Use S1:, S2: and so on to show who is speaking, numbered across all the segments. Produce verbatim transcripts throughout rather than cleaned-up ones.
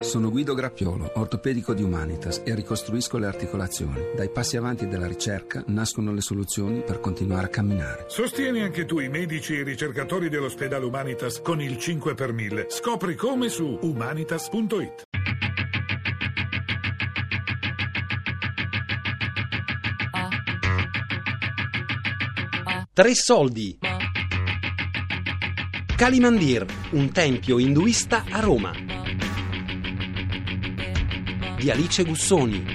S1: Sono Guido Grappiolo, ortopedico di Humanitas, e ricostruisco le articolazioni. Dai passi avanti della ricerca nascono le soluzioni per continuare a camminare.
S2: Sostieni anche tu i medici e i ricercatori dell'ospedale Humanitas con il cinque per mille. Scopri come su humanitas punto it.
S3: Tre soldi. Kalimandir, un tempio induista a Roma. Di Alice Gussoni.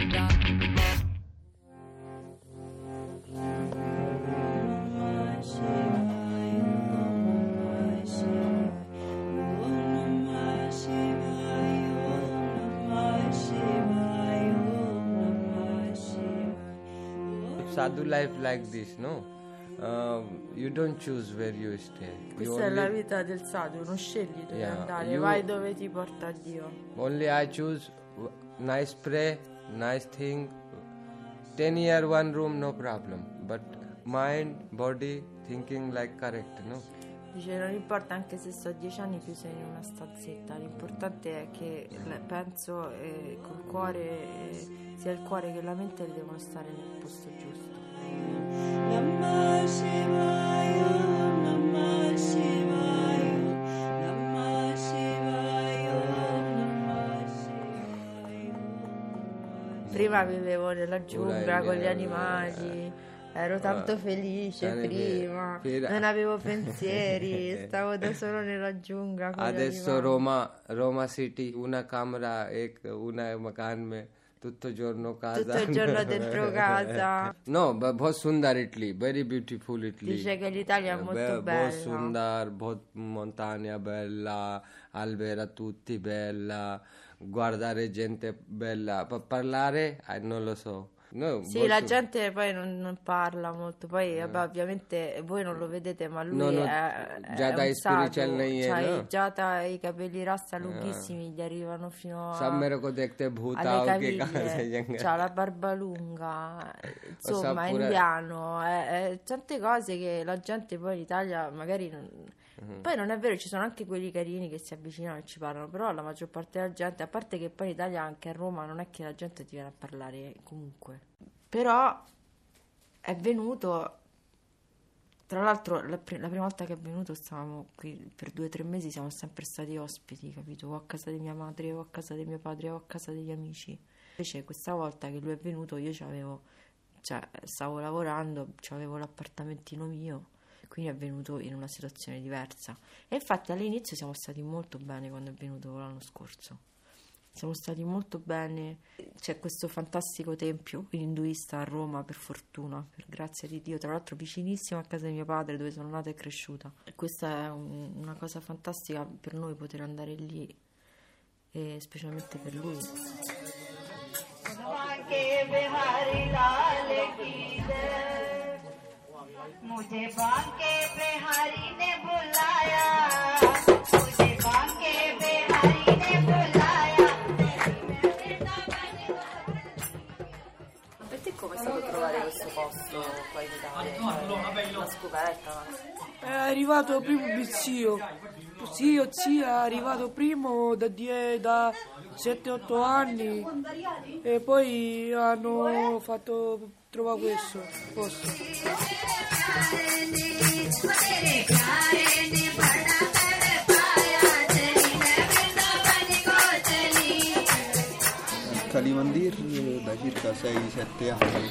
S4: Sadhu life like this, no? Uh, you don't choose where you stay.
S5: Questa
S4: You
S5: è
S4: only-
S5: la vita del sadhu, non scegli dove
S4: Yeah,
S5: andare,
S4: you-
S5: vai dove ti porta Dio.
S4: Only I choose w- nice pray, nice thing. Ten year one room, no problem. But mind, body, thinking like correct, no?
S5: Dice non importa anche se sto dieci anni chiusa in una stanzetta, l'importante è che le- penso e col cuore, e sia il cuore che la mente devono stare nel posto giusto. Prima vivevo nella giungla con gli animali, ero tanto felice
S4: Cane
S5: prima,
S4: per-
S5: non avevo pensieri, stavo da solo nella giungla con gli
S4: Adesso
S5: animali.
S4: Roma, Roma City, una camera, ek, una makan mein, tutto il giorno casa.
S5: Tutto il giorno dentro casa.
S4: No, but बहुत सुंदर Italy, very beautiful Italy.
S5: Dice che l'Italia è
S4: Eh,
S5: molto
S4: beh,
S5: bella.
S4: बहुत सुंदर, बहुत montagna bella, albera tutti bella, guardare gente bella, pa- parlare eh, non lo so. No,
S5: Sì,
S4: molto-
S5: la gente poi non, non parla molto, poi vabbè, ovviamente voi non lo vedete, ma lui
S4: No, no,
S5: è, è
S4: Giada
S5: un
S4: spiritual
S5: sadhu,
S4: nahi hai,
S5: c'ha
S4: no?
S5: i Giada e i capelli rasta lunghissimi, gli arrivano fino a,
S4: सब मेरे को देखते भूत
S5: alle
S4: आओ के कहाँ से
S5: caviglie,
S4: जाएंगे.
S5: c'ha la barba lunga, insomma è
S4: pure-
S5: indiano, è, è tante cose che la gente poi in Italia magari non...
S4: Mhm.
S5: Poi non è vero, ci sono anche quelli carini che si avvicinano e ci parlano, però la maggior parte della gente, a parte che poi in Italia anche a Roma non è che la gente ti viene a parlare comunque. Però è venuto, tra l'altro la, pri- la prima volta che è venuto stavamo qui per due o tre mesi, siamo sempre stati ospiti, capito? O a casa di mia madre, o a casa di mio padre, o a casa degli amici. Invece questa volta che lui è venuto io c'avevo, cioè stavo lavorando, c'avevo l'appartamentino mio, quindi è venuto in una situazione diversa. E infatti all'inizio siamo stati molto bene quando è venuto l'anno scorso. Siamo stati molto bene, c'è questo fantastico tempio induista a Roma, per fortuna, per grazia di Dio, tra l'altro vicinissimo a casa di mio padre dove sono nata e cresciuta. E questa è un- una cosa fantastica per noi poter andare lì, e specialmente per lui.
S6: मुझे बांके बिहारी ने बुलाया मुझे बांके बिहारी ने बुलाया
S5: Per te come è stato trovare questo posto qua in Italia? Una scoperta?
S7: È arrivato primo mio zio, zio, zia, è arrivato primo da, die- da sette otto anni e poi hanno fatto trovare questo posto.
S8: Kalimandir da circa sei sette anni.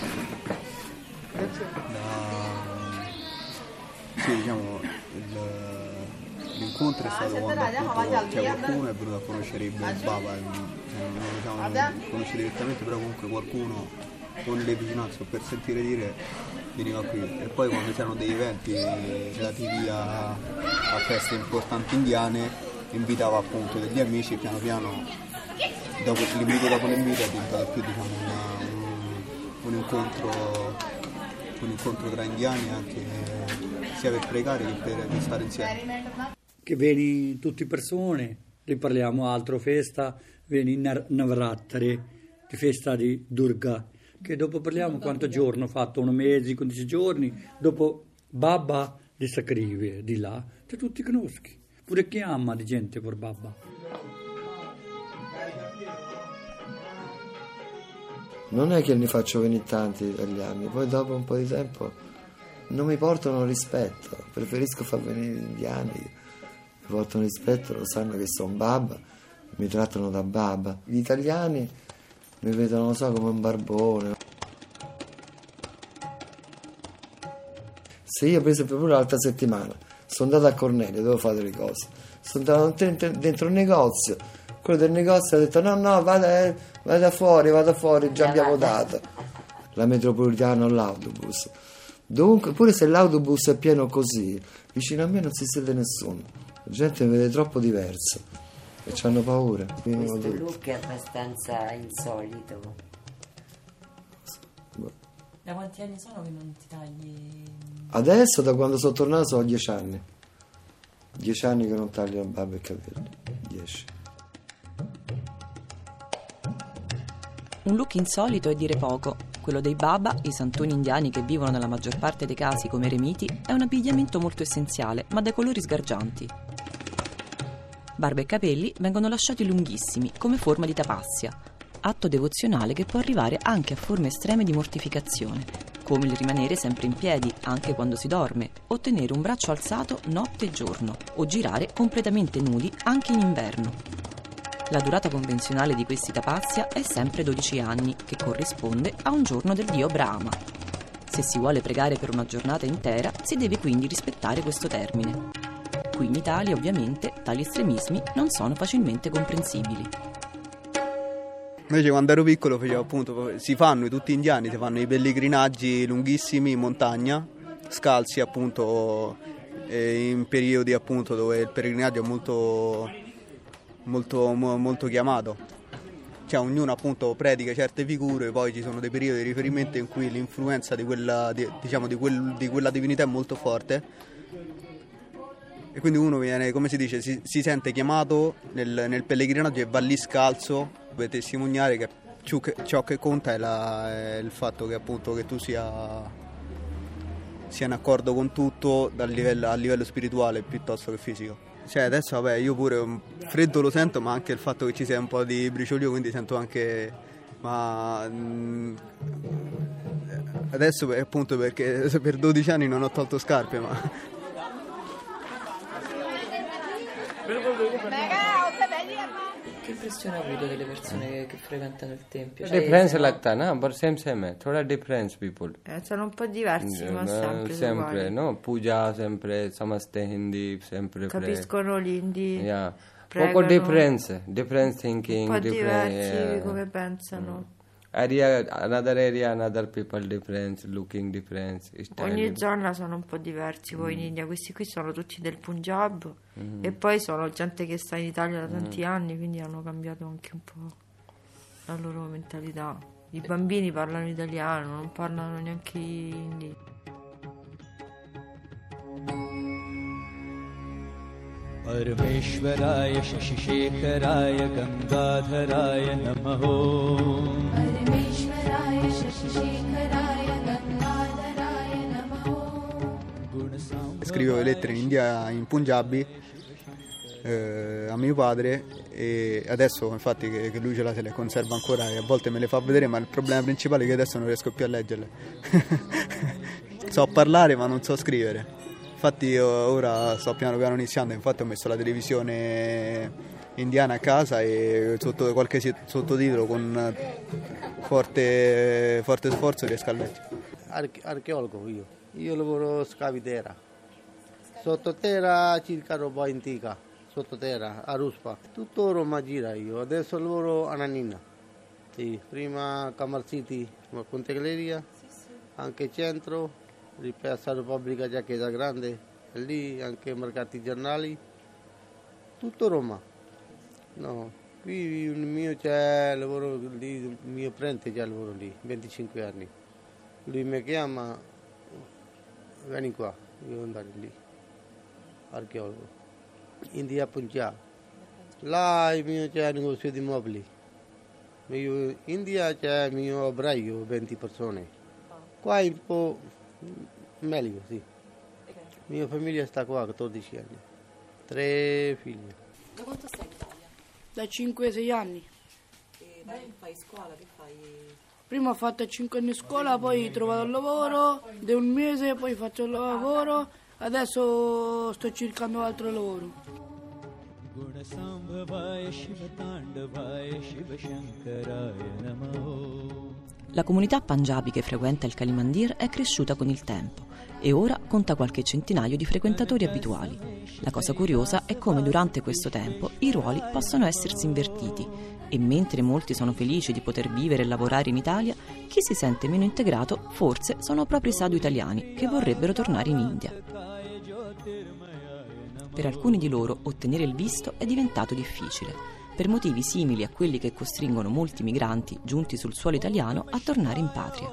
S8: Da... Sì, diciamo, il- l'incontro è stato quando appunto, cioè, qualcuno è venuto a conoscere il Baba, cioè, non lo diciamo conoscere direttamente, però comunque qualcuno con le vicinanze o per sentire dire veniva qui. E poi quando c'erano degli eventi relativi a, a feste importanti indiane invitava appunto degli amici e piano piano dopo l'invito dopo l'invito è diventato più diciamo una, un, un incontro un incontro tra indiani anche sia per pregare che per, per stare insieme.
S9: Che vieni tutte persone, ne parliamo altro, festa, vieni in Nav- Navratri, di festa di Durga, che dopo parliamo quanto giorno ho fatto, un mese, quindici giorni, dopo Baba di scrive di là, te tutti conosci, pure chiama di gente per Baba.
S10: Non è che ne faccio venire tanti italiani, poi dopo un po' di tempo non mi portano rispetto, preferisco far venire gli indiani, mi portano rispetto, lo sanno che sono baba, mi trattano da baba. Gli italiani mi vedono, non so, come un barbone. Se io per esempio pure l'altra settimana sono andato a Cornelio, devo fare delle cose, sono andato dentro un negozio, quello del negozio ha detto no no vada, vada fuori, vada fuori, già abbiamo dato. La metropolitana o l'autobus. Dunque, pure se l'autobus è pieno così, vicino a me non si siede nessuno. La gente mi vede troppo diverso e ci hanno paura.
S11: Questo look è abbastanza insolito.
S5: Da quanti anni sono che non ti tagli?
S10: Adesso, da quando sono tornato, sono dieci anni. Dieci anni che non taglio la barba e i capelli. Dieci.
S12: Un look insolito è dire poco. Quello dei baba, i santoni indiani che vivono nella maggior parte dei casi come eremiti, è un abbigliamento molto essenziale, ma dai colori sgargianti. Barba e capelli vengono lasciati lunghissimi, come forma di tapassia, atto devozionale che può arrivare anche a forme estreme di mortificazione, come il rimanere sempre in piedi, anche quando si dorme, o tenere un braccio alzato notte e giorno, o girare completamente nudi anche in inverno. La durata convenzionale di questi tapassia è sempre dodici anni, che corrisponde a un giorno del dio Brahma. Se si vuole pregare per una giornata intera, si deve quindi rispettare questo termine. Qui in Italia, ovviamente, tali estremismi non sono facilmente comprensibili.
S8: Invece quando ero piccolo facevo appunto, si fanno tutti gli indiani, si fanno i pellegrinaggi lunghissimi in montagna, scalzi appunto, in periodi appunto dove il pellegrinaggio è molto, molto, molto chiamato. Cioè ognuno appunto predica certe figure, poi ci sono dei periodi di riferimento in cui l'influenza di quella, di, diciamo, di, quel, di quella divinità è molto forte. E quindi uno viene, come si dice, si, si sente chiamato nel, nel pellegrinaggio e va lì scalzo per testimoniare che ciò che, ciò che conta è, la, è il fatto che appunto che tu sia, sia in accordo con tutto dal livello, a livello spirituale piuttosto che fisico. Cioè adesso vabbè io pure un freddo lo sento, ma anche il fatto che ci sia un po' di briciolio, quindi sento anche, ma mh, adesso appunto perché per dodici anni non ho tolto scarpe, ma
S12: Che impressione ha avuto delle persone che, che frequentano il tempio?
S4: Cioè, differenza लगता है ना, पर सेम सेम है, थोड़ा difference people.
S5: Eh, sono un po' diversi, ma sempre
S4: sempre, no? Puja sempre, samazte hindi, sempre
S5: capiscono l'indi.
S4: Yeah.
S5: Pregano.
S4: Poco difference, difference thinking,
S5: un po' diversi
S4: yeah.
S5: come pensano.
S4: Mm. Area, another area, another people difference, looking difference.
S5: Ogni zona sono un po' diversi poi mm. in India. Questi qui sono tutti del Punjab mm. e poi sono gente che sta in Italia da tanti mm. anni, quindi hanno cambiato anche un po' la loro mentalità. I bambini parlano italiano, non parlano neanche hindi.
S13: परमेश्वराय शशिशेखराय गंगाधराय नमः परमेश्वराय शशिशेखराय गंगाधराय नमः.
S8: Scrivo le lettere in India in Punjabi eh, a mio padre, e adesso infatti che, che lui ce la se le conserva ancora e a volte me le fa vedere, ma il problema principale è che adesso non riesco più a leggerle. So parlare ma non so scrivere. Infatti io ora sto piano piano iniziando, infatti ho messo la televisione indiana a casa e sotto qualche sottotitolo con forte, forte sforzo riesco a leggere.
S14: Arche- archeologo io, io lavoro scavitera, sottoterra circa roba antica, sottoterra a Ruspa, tutto Roma gira io, adesso lavoro a Nanina, sì, prima Camar City, Ponte Galeria, anche centro. Di Piazza Repubblica già Chiesa Grande, e lì anche mercati giornali, tutto Roma. No, qui il mio c'è lavoro lì, il mio parente già lavoro lì, venticinque anni. Lui mi chiama, vieni qua, io devo andare lì, archeologo. India Punjab. Là il mio c'è negozio di mobili. In India c'è il mio operaio, venti persone. Qua è un po' meglio, sì. Mia famiglia sta qua, quattordici anni. Tre figli.
S7: Da quanto stai in Italia? Da cinque sei anni.
S12: E dai, fai scuola, che fai?
S7: Prima ho fatto cinque anni a scuola, poi ho trovato il lavoro, di un mese, poi faccio il lavoro, adesso sto cercando altro lavoro.
S12: La comunità Panjabi che frequenta il Kali Mandir è cresciuta con il tempo e ora conta qualche centinaio di frequentatori abituali. La cosa curiosa è come durante questo tempo i ruoli possono essersi invertiti e mentre molti sono felici di poter vivere e lavorare in Italia, chi si sente meno integrato forse sono proprio i sadhu italiani che vorrebbero tornare in India. Per alcuni di loro ottenere il visto è diventato difficile, per motivi simili a quelli che costringono molti migranti giunti sul suolo italiano a tornare in patria.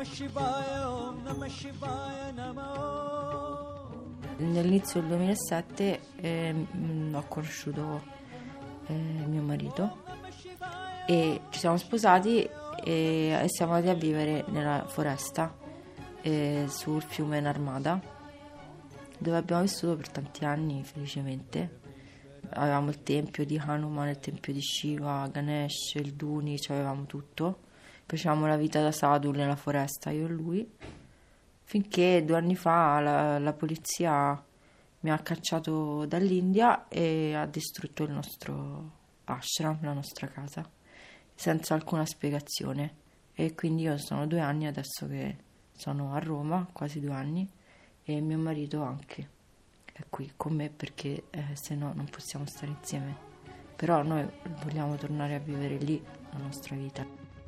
S5: Nell'inizio del duemilasette eh, ho conosciuto eh, mio marito e ci siamo sposati e siamo andati a vivere nella foresta eh, sul fiume Narmada, dove abbiamo vissuto per tanti anni felicemente. Avevamo il tempio di Hanuman, il tempio di Shiva, Ganesh, il Duni, cioè avevamo tutto. Facevamo la vita da sadhu nella foresta, io e lui, finché due anni fa la, la polizia mi ha cacciato dall'India e ha distrutto il nostro ashram, la nostra casa, senza alcuna spiegazione. E quindi io sono due anni adesso che sono a Roma, quasi due anni, e mio marito anche è qui con me perché eh, se no non possiamo stare insieme. Però noi vogliamo tornare a vivere lì la nostra vita.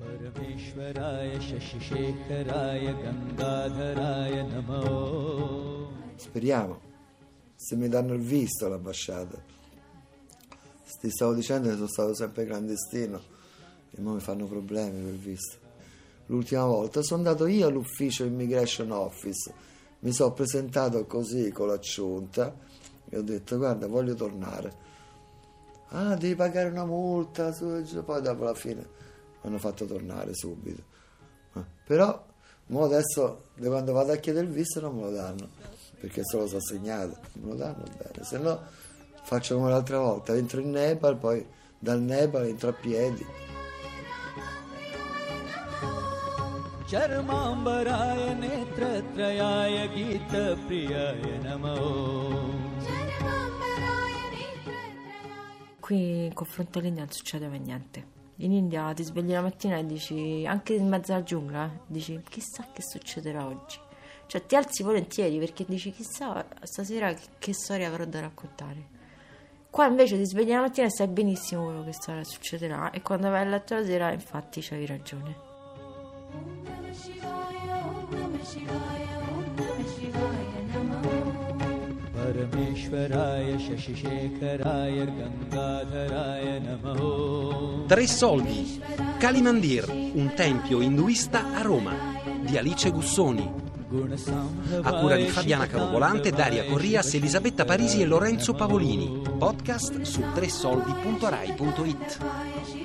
S10: Speriamo, se mi danno il visto all'ambasciata. Ti stavo dicendo che sono stato sempre clandestino e ora mi fanno problemi per il visto. L'ultima volta sono andato io all'ufficio Immigration Office, mi sono presentato così con l'aggiunta e ho detto guarda voglio tornare. Ah, devi pagare una multa, poi dopo alla fine mi hanno fatto tornare subito. Eh, però mo adesso quando vado a chiedere il visto non me lo danno perché solo sono segnato, me lo danno bene, se no faccio come l'altra volta, entro in Nepal, poi dal Nepal entro a piedi.
S13: Charmambaraaya netratrayaya gita priyaya namo.
S5: Qui in confronto all'India non succede mai niente. In India ti svegli la mattina e dici, anche in mezzo alla giungla, eh, dici chissà che succederà oggi. Cioè ti alzi volentieri perché dici chissà stasera che, che storia avrò da raccontare. Qua invece ti svegli la mattina e sai benissimo quello che storia succederà e quando vai a letto la sera infatti c'avevi ragione.
S3: Tre soldi, Kali Mandir, un tempio induista a Roma, di Alice Gussoni. A cura di Fabiana Carobolante, Daria Corrias, Elisabetta Parisi e Lorenzo Pavolini. Podcast su tre soldi punto rai punto it.